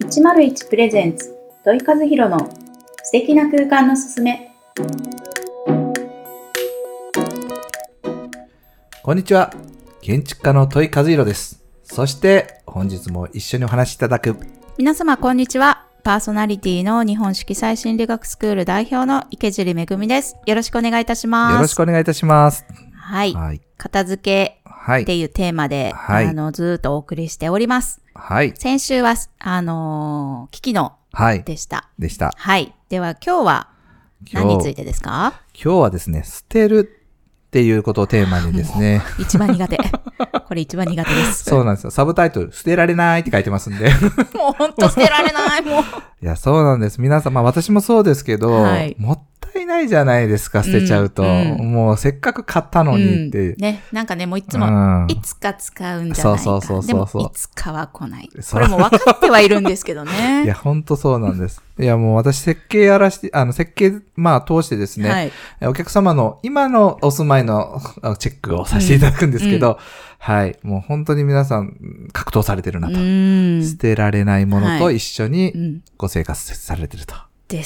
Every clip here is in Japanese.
801プレゼンツ土井和弘の素敵な空間のすすめ。 こんにちは、建築家の土井和弘です。そして本日も一緒にお話しいただく皆様こんにちは。パーソナリティの日本色彩心理学スクール代表の池尻めぐみです。よろしくお願いいたします。 よろしくお願いいたします。 はい。片付けっていうテーマで、ずっとお送りしております。 はい。 先週は、機器のでした。 でした。 はい。では今日は何についてですか？ 今日はですね、捨てるっていうことをテーマにですね。 一番苦手。これ一番苦手です。 そうなんですよ。サブタイトル、捨てられないって書いてますんで。 もうほんと捨てられない、もう。 いや、そうなんです。皆さん、私もそうですけど、もったいないじゃないですか、捨てちゃうと。もうせっかく買ったのにって。 ね、なんかね、もういつも、いつか使うんじゃないか。そうでも、いつかは来ない。これも分かってはいるんですけどね。 いや、ほんとそうなんです。いや、もう私設計やらして、設計、通してですね、お客様の今のお住まいのチェックをさせていただくんですけど、はい。もう本当に皆さん格闘されてるなと。捨てられないものと一緒にご生活されてると。 です。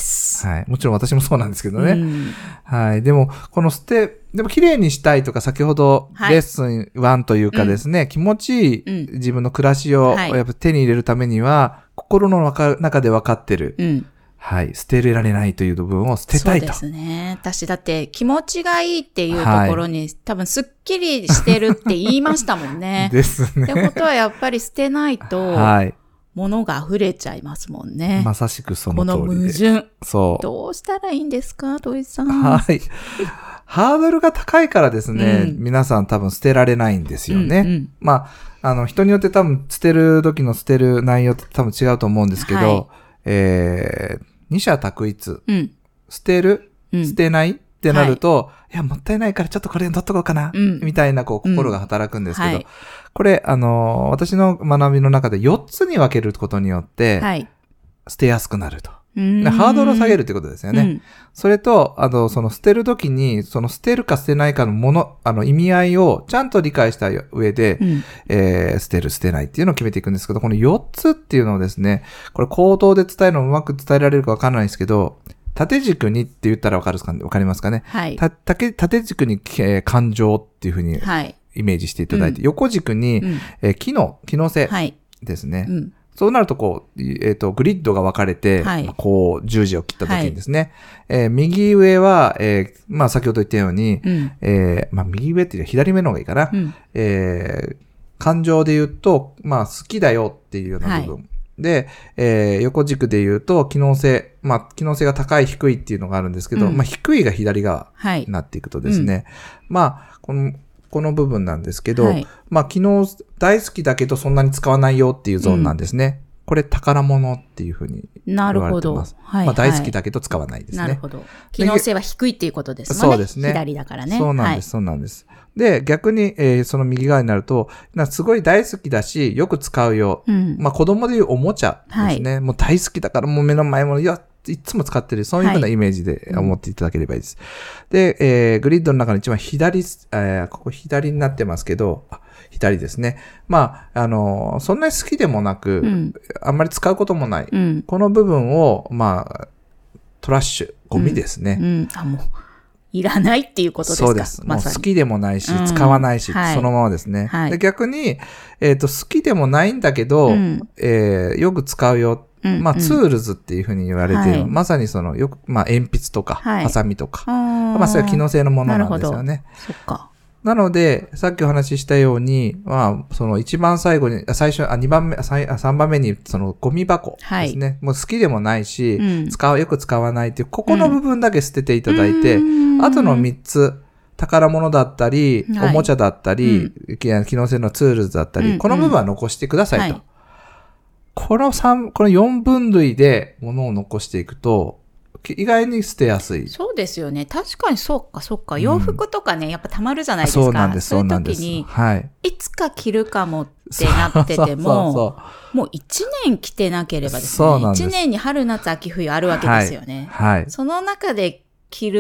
はい。もちろん私もそうなんですけどね。はい。でも、このでも綺麗にしたいとか、先ほどレッスン1というかですね、気持ちいい自分の暮らしをやっぱ手に入れるためには、心の中で分かってる。はい。捨てられないという部分を捨てたいと。 そうですね。私だって気持ちがいいっていうところに、多分すっきりしてるって言いましたもんね。 ですね。 ってことはやっぱり捨てないと、物が溢れちゃいますもんね。 まさしくその通りで。 この矛盾。 そう。 どうしたらいいんですか、土井さん。 はい。ハードルが高いからですね、皆さん多分捨てられないんですよね。人によって多分捨てる時の捨てる内容って多分違うと思うんですけど、二者択一。捨てる、捨てないってなると、いや、もったいないからちょっとこれ取っとこうかな、みたいな心が働くんですけど、これ、私の学びの中で4つに分けることによって、捨てやすくなると。ハードルを下げるってことですよね。それと、その捨てるときに、その捨てるか捨てないかの意味合いをちゃんと理解した上で、捨てる、捨てないっていうのを決めていくんですけど、この4つっていうのをですね、これ口頭で伝えるのをうまく伝えられるかわからないんですけど、縦軸にって言ったらわかりますかね。縦軸に、感情っていうふうにイメージしていただいて、横軸に、機能性ですね。そうなるとグリッドが分かれて、十字を切った時にですね、右上は、先ほど言ったように、右上っていうのは左目の方がいいかな。感情で言うと、好きだよっていうような部分。で、横軸で言うと、機能性が高い低いっていうのがあるんですけど、低いが左側になっていくとですね、この部分なんですけど、機能大好きだけどそんなに使わないよっていうゾーンなんですね。これ宝物っていうふうに言われてます。大好きだけど使わないですね。 なるほど。機能性は低いっていうことですもんね。そうですね。左だからね。 そうなんです、そうなんです。で、逆に、その右側になると、すごい大好きだし、よく使うよ。子供でいうおもちゃですね。もう大好きだからもう目の前も、いつも使ってる、そういうふうなイメージで思っていただければいいです。で、グリッドの中の一番ここ左になってますけど、左ですね。そんなに好きでもなく、あんまり使うこともない。この部分を、トラッシュ、ゴミですね。 もう、いらないっていうことですか？ そうです。もう好きでもないし、使わないし、そのままですね。で逆に、好きでもないんだけど、よく使うよ。ツールズっていうふうに言われている。まさに鉛筆とか、ハサミとか。それは機能性のものなんですよね。 そっか。 なので、さっきお話ししたように、その一番最後に、3番目に、そのゴミ箱ですね。もう好きでもないし、よく使わないっていう、ここの部分だけ捨てていただいて、あとの3つ、宝物だったり、おもちゃだったり、機能性のツールズだったり、この部分は残してくださいと。この4分類で物を残していくと、意外に捨てやすい。 そうですよね。確かにそうか。洋服とかね、やっぱ溜まるじゃないですか。 そうなんです。 そういう時に、いつか着るかもってなってても、もう1年着てなければですね。1年に春夏秋冬あるわけですよね。その中で着る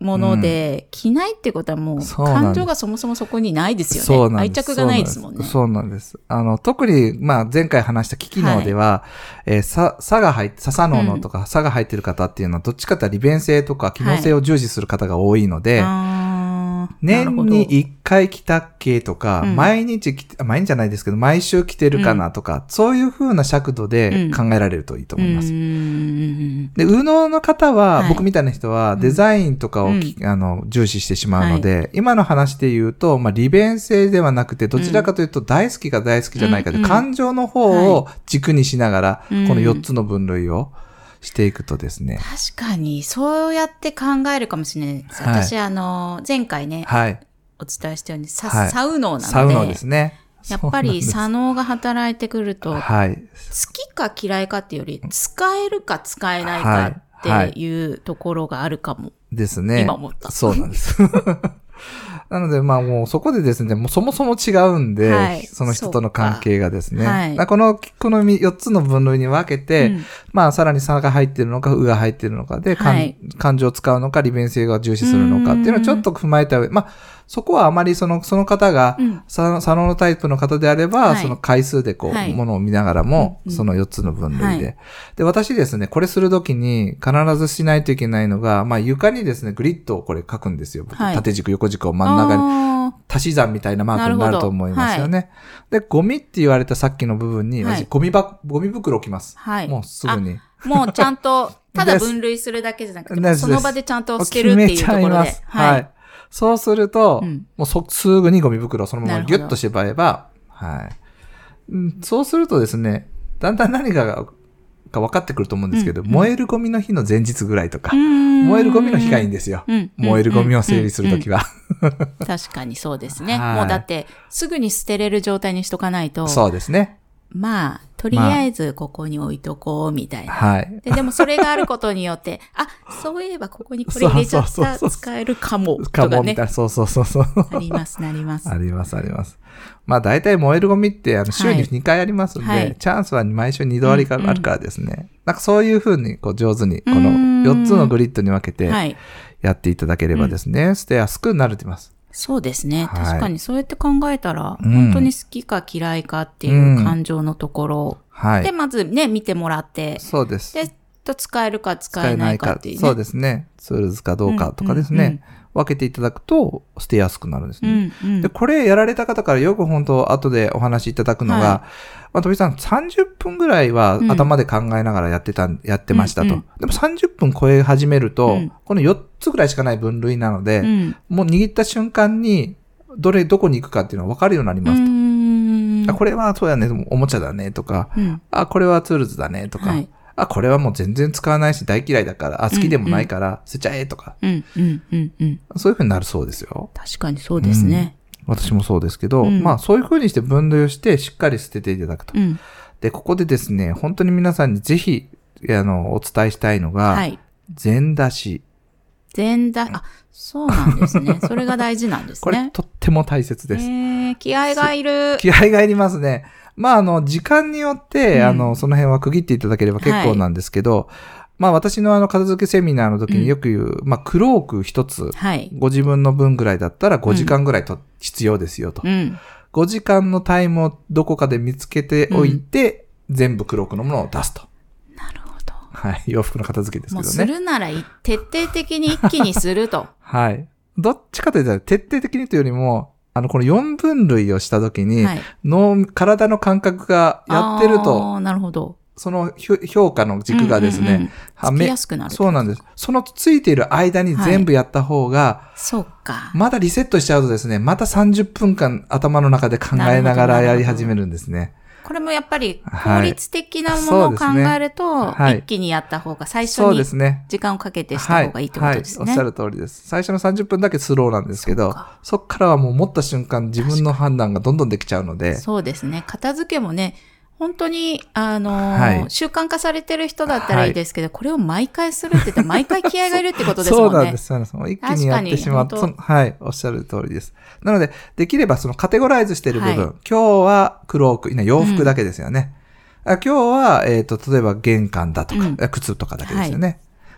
もので、着ないってことはもう、感情がそもそもそこにないですよね。 そうなんです。 愛着がないですもんね。 そうなんです。特に、前回話した機機能では、差が入って、笹のとか差が入っている方っていうのは、どっちかというと利便性とか機能性を重視する方が多いので、年に1回着たっけとか、毎日じゃないですけど、毎週着てるかなとか、そういう風な尺度で考えられるといいと思います。で、右脳の方は、僕みたいな人はデザインとかを重視してしまうので、今の話で言うと、利便性ではなくて、どちらかというと大好きか大好きじゃないかで、感情の方を軸にしながら、この4つの分類をしていくとですね。 確かに、そうやって考えるかもしれないです。私、前回ね、お伝えしたように、左右脳なので。 左右脳ですね。 やっぱり左脳が働いてくると、好きか嫌いかっていうより、使えるか使えないかっていうところがあるかも。 ですね。 今思った。 そうなんです。なので、もうそこでですね、もうそもそも違うんで、その人との関係がですね。この4つの分類に分けて、さらに差が入っているのか、右が入っているのかで、感情を使うのか、利便性が重視するのかっていうのをちょっと踏まえた上、そこはあまりその方が、左脳のタイプの方であれば、その回数でものを見ながらも、その4つの分類で。で、私ですね、これするときに必ずしないといけないのが、床にですね、グリッドをこれ書くんですよ。縦軸、横軸を真ん中に、足し算みたいなマークになると思いますよね。で、ゴミって言われたさっきの部分に、ゴミ袋置きます。もうすぐに。 もうちゃんと、ただ分類するだけじゃなくて、その場でちゃんと捨てるっていうところで。 はい。そうすると、もうすぐにゴミ袋をそのままギュッと縛れば、そうするとですね、だんだん何が分かってくると思うんですけど、燃えるゴミの日の前日ぐらいとか、燃えるゴミの日がいいんですよ。燃えるゴミを整理するときは。 確かにそうですね。もうだって、すぐに捨てれる状態にしとかないと。 そうですね。 とりあえずここに置いとこうみたいな。でもそれがあることによって、そういえばここにこれ入れちゃった、使えるかも。 かも、みたいな。そう。 あります。 あります。大体燃えるゴミって、週に2回ありますんで、チャンスは毎週2度あるからですね。そういうふうに、上手に、この4つのグリッドに分けて、やっていただければですね、捨てやすくなれてます。 そうですね。確かにそうやって考えたら、本当に好きか嫌いかっていう感情のところで、まずね、見てもらって、 そうです。 で、使えるか使えないかっていうね。 そうですね。ツールズかどうかとかですね。分けていただくと捨てやすくなるんですね。で、これやられた方からよく本当後でお話しいただくのが、鳥さん30分ぐらいは頭で考えながらやってましたと。でも30分超え始めると、この4つぐらいしかない分類なので、もう握った瞬間にどこに行くかっていうのが分かるようになりますと。これはそうやね、おもちゃだねとか、これはツールズだねとか、これはもう全然使わないし大嫌いだから、好きでもないから捨てちゃえとか。そういうふうになるそうですよ。 確かにそうですね。 私もそうですけど、そういうふうにして分類をしてしっかり捨てていただくと。で、ここでですね、本当に皆さんにぜひ、お伝えしたいのが、全出し。そうなんですね。それが大事なんですね。 これとっても大切です。 気合がいる。 気合がいりますね。時間によって、その辺は区切っていただければ結構なんですけど、私の片付けセミナーの時によく言う、クローク一つ、ご自分の分ぐらいだったら5時間ぐらい必要ですよと。5時間のタイムをどこかで見つけておいて、全部クロークのものを出すと。 なるほど。 洋服の片付けですけどね。 もうするなら徹底的に一気にすると。 どっちかというと、徹底的にというよりも、この4分類をしたときに、体の感覚がやってると、 なるほど。 その評価の軸がですね、 つきやすくなる。 そうなんです。そのついている間に全部やった方が、 そうか。 まだリセットしちゃうとですね、また30分間頭の中で考えながらやり始めるんですね。 これもやっぱり効率的なものを考えると、一気にやった方が最初に時間をかけてした方がいいってことですね。 おっしゃる通りです。最初の30分だけスローなんですけど、そっからはもう持った瞬間自分の判断がどんどんできちゃうので。 そうですね。片付けもね、本当に、習慣化されてる人だったらいいですけど、これを毎回するって言ったら毎回気合がいるってことですもんね。 そうなんです。一気にやってしまうと。おっしゃる通りです。なので、できればそのカテゴライズしている部分、今日はクローク、洋服だけですよね。今日は、例えば玄関だとか、靴とかだけですよね。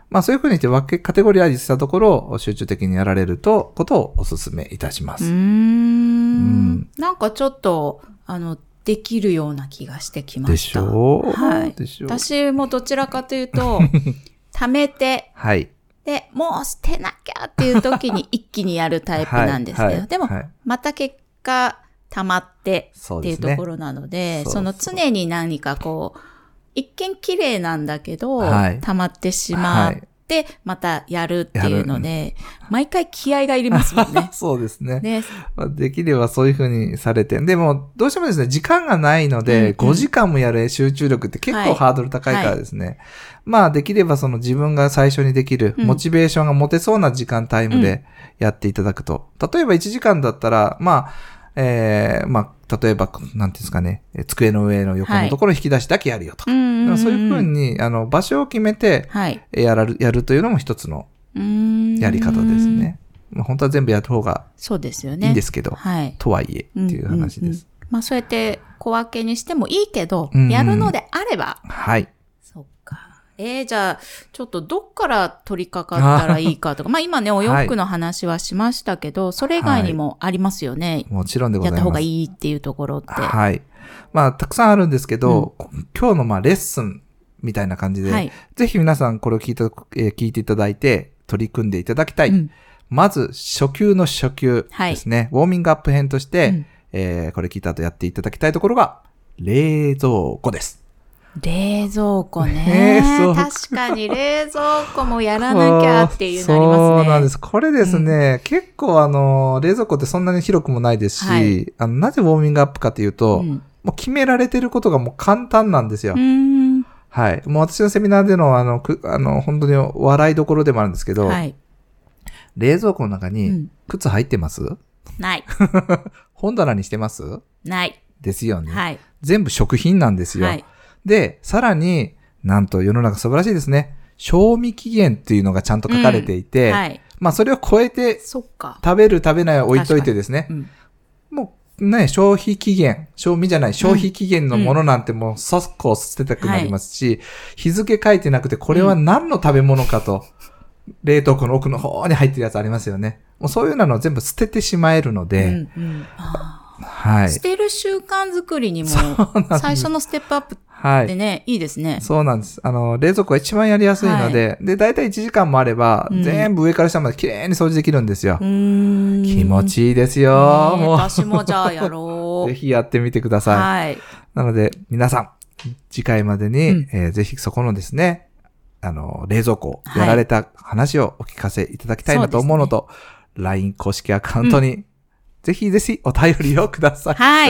まあそういうふうにしてカテゴリーにしたところを集中的にやられることをお勧めいたします。 なんかちょっと、できるような気がしてきました。 でしょう？ はい。私もどちらかというと、貯めて、 はい。 で、もう捨てなきゃっていう時に一気にやるタイプなんですけど、でも、また結果、溜まってっていうところなので、その常に何かこう、一見綺麗なんだけど、溜まってしまって、またやるっていうので、毎回気合がいりますもんね。 そうですね。できればそういうふうにされて、でもどうしてもですね、時間がないので、5時間もやる集中力って結構ハードル高いからですね。まあできればその自分が最初にできるモチベーションが持てそうな時間タイムでやっていただくと。例えば1時間だったら、まあ、例えば、なんていうんですかね、机の上の横のところ引き出しだけやるよとか。そういうふうに、場所を決めて、やるというのも一つのやり方ですね。まあ、本当は全部やる方がいいんですけど、とはいえっていう話です。 まあそうやって小分けにしてもいいけど、やるのであれば。 はい。 そっか。じゃあ、ちょっとどっから取り掛かったらいいかとか。まあ今ね、お洋服の話はしましたけど、それ以外にもありますよね。 もちろんでございます。 やった方がいいっていうところって。 はい。まあ、たくさんあるんですけど、今日のまあレッスンみたいな感じで、ぜひ皆さんこれを聞いていただいて、取り組んでいただきたい。まず、初級の初級ですね。ウォーミングアップ編として、これ聞いた後やっていただきたいところが、冷蔵庫です。 冷蔵庫ね。確かに冷蔵庫もやらなきゃっていうのありますね。 そうなんです。これですね、結構冷蔵庫ってそんなに広くもないですし、なぜウォーミングアップかというと、もう決められてることがもう簡単なんですよ。はい。もう私のセミナーでの本当に笑いどころでもあるんですけど、冷蔵庫の中に靴入ってます？ ない。 本棚にしてます？ ない。 ですよね。全部食品なんですよ。で、さらに、なんと世の中素晴らしいですね。賞味期限っていうのがちゃんと書かれていて、まあそれを超えて、食べる食べないを置いといてですね。もうね、賞味期限のものなんてもう即行捨てたくなりますし、日付書いてなくてこれは何の食べ物かと、冷凍庫の奥の方に入ってるやつありますよね。もうそういうのを全部捨ててしまえるので、 捨てる習慣作りにも、最初のステップアップでね、いいですね。 そうなんです。冷蔵庫が一番やりやすいので、で、だいたい1時間もあれば、全部上から下まで綺麗に掃除できるんですよ。気持ちいいですよ。もう私もじゃあやろう。 ぜひやってみてください。なので、皆さん、次回までに、ぜひそこのですね、冷蔵庫やられた話をお聞かせいただきたいなと思うのと、LINE 公式アカウントに、ぜひぜひお便りをください。 はい。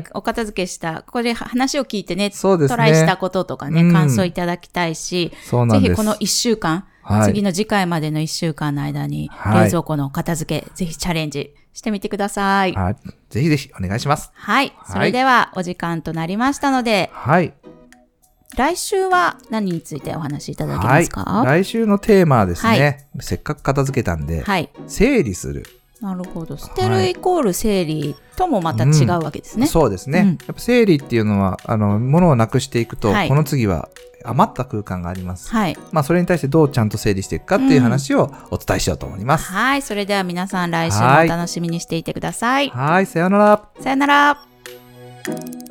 お片付けした、ここで話を聞いてね、トライしたこととかね、感想いただきたいし、ぜひこの1週間、次の次回までの1週間の間に、冷蔵庫の片付け、ぜひチャレンジしてみてください。 ぜひぜひお願いします。 はい。それではお時間となりましたので、来週は何についてお話しいただけますか？ 来週のテーマはですね、せっかく片付けたんで、整理する。 なるほど。捨てるイコール整理ともまた違うわけですね。 そうですね。やっぱ整理っていうのは、物をなくしていくと、この次は余った空間があります。まあ、それに対してどうちゃんと整理していくかっていう話をお伝えしようと思います。 それでは皆さん来週もお楽しみにしていてください。 さようなら。 さようなら。